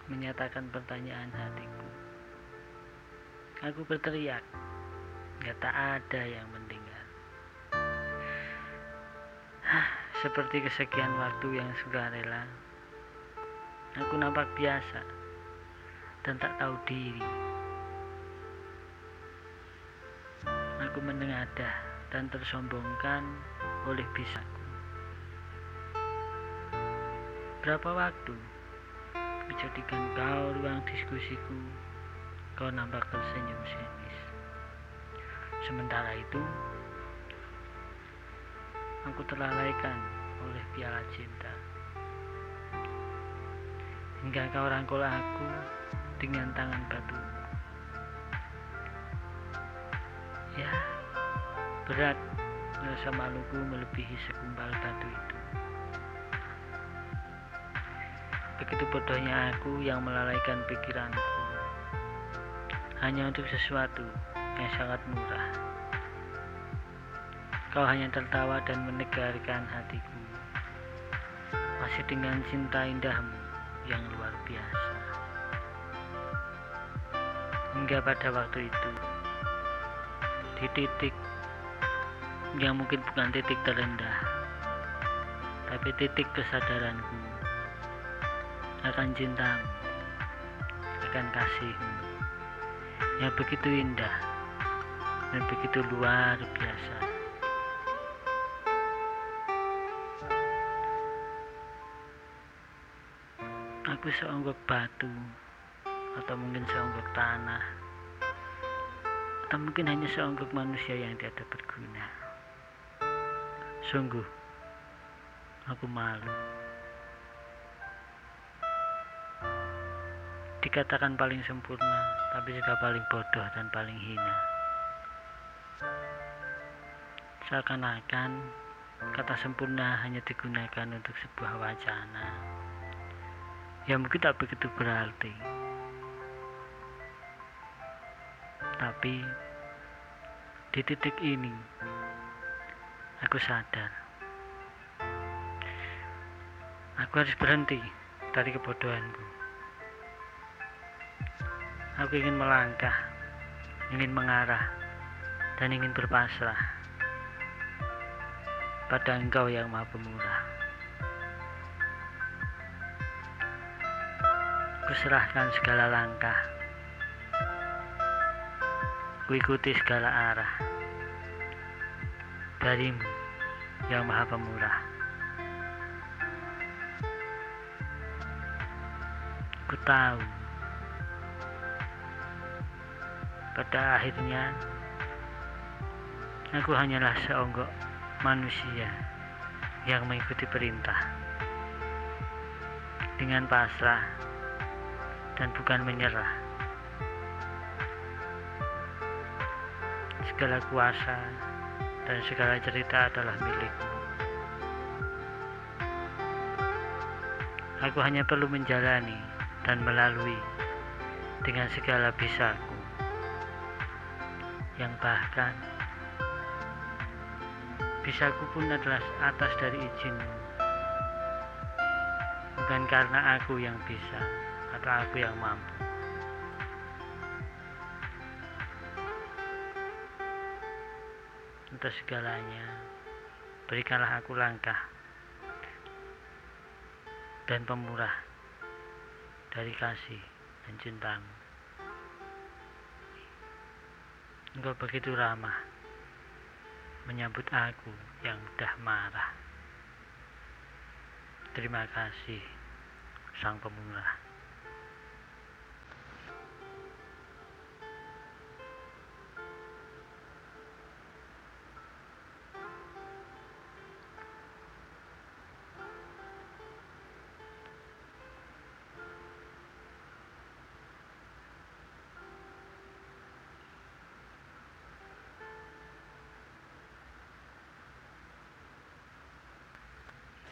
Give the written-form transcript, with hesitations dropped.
menyatakan pertanyaan hatiku. Aku berteriak, tak ada yang mendengar. Seperti kesekian waktu yang sukarela, aku nampak biasa dan tak tahu diri. Aku menengadah dan tersombongkan oleh bisaku. Berapa waktu kujadikan kau ruang diskusiku, kau nampak tersenyum sinis. Sementara itu, aku terlalaikan oleh piala cinta. Hingga kau rangkul aku dengan tangan batu. Ya, berat rasa maluku melebihi segumpal batu itu. Begitu bodohnya aku yang melalaikan pikiranku hanya untuk sesuatu yang sangat murah. Kau hanya tertawa dan menegarkan hatiku, masih dengan cinta indahmu yang luar biasa. Hingga pada waktu itu, di titik yang mungkin bukan titik terendah, tapi titik kesadaranku akan cintamu, akan kasihmu yang begitu indah dan begitu luar biasa. Aku seonggok batu, atau mungkin seonggok tanah, atau mungkin hanya seonggok manusia yang tiada berguna. Sungguh, aku malu. Dikatakan paling sempurna, tapi juga paling bodoh dan paling hina. Seakan-akan kata sempurna hanya digunakan untuk sebuah wacana yang mungkin tak begitu berarti. Tapi di titik ini aku sadar aku harus berhenti dari kebodohanku. Aku ingin melangkah, ingin mengarah, dan ingin berpasrah pada Engkau yang Maha Pemurah. Kuserahkan segala langkah, kuikuti segala arah darimu yang Maha Pemurah. Ku tahu pada akhirnya aku hanyalah seonggok manusia yang mengikuti perintah dengan pasrah dan bukan menyerah. Segala kuasa dan segala cerita adalah milikmu. Aku hanya perlu menjalani dan melalui dengan segala bisaku, yang bahkan bisaku pun adalah atas dari izinmu, bukan karena aku yang bisa atau aku yang mampu. Untuk segalanya, berikanlah aku langkah dan pemurah dari kasih dan cintamu. Engkau begitu ramah menyambut aku yang mudah marah. Terima kasih, Sang Pemurah.